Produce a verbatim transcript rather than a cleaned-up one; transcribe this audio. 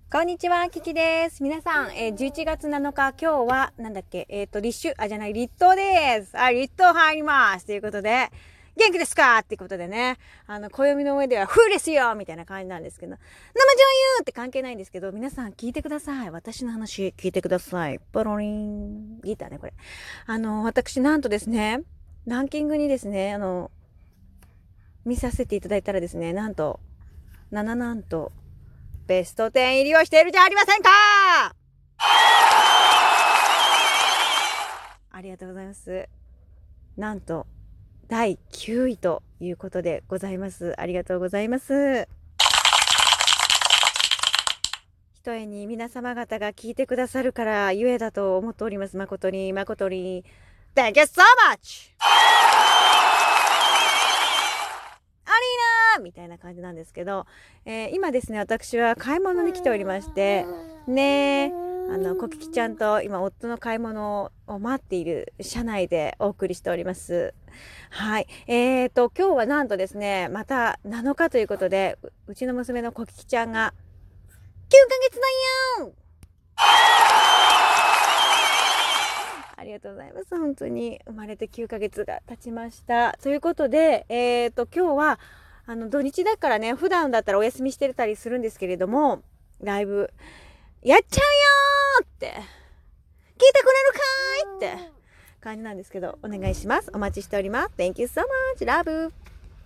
こんにちは、キキです。皆さん、えー、じゅういちがつなのか、今日は、なんだっけ、えっ、ー、と、立秋、あ、じゃない、立冬です。あ、立冬入ります。ということで、元気ですかっていうことでね、あの、暦の上では、冬ですよみたいな感じなんですけど、生女優って関係ないんですけど、皆さん聞いてください。私の話、聞いてください。ポロリン。ギターね、これ。あの、私、なんとですね、ランキングにですね、あの、見させていただいたらですね、なんと、なななんと、ベストじゅう入りをしているじゃありませんか。ありがとうございます。なんと、だいきゅういということでございます。ありがとうございます。ひとえに皆様方が聞いてくださるからゆえだと思っております。誠に、誠に。Thank you so much! アリーナみたいな感じなんですけど、えー、今ですね、私は買い物に来ておりまして、ねあの、コキキちゃんと今夫の買い物を待っている車内でお送りしております。はい。えーと、今日はなんとですね、またなのかということで、う、うちの娘のコキキちゃんがきゅうかげつだよありがとうございます。本当に生まれてきゅうかげつが経ちました。ということで、えーと、今日は、あの、土日だからね、普段だったらお休みしてたりするんですけれども、ライブ、やっちゃうよーって、聞いてくれるかーいって感じなんですけど、お願いします。お待ちしております。Thank you so much. Love.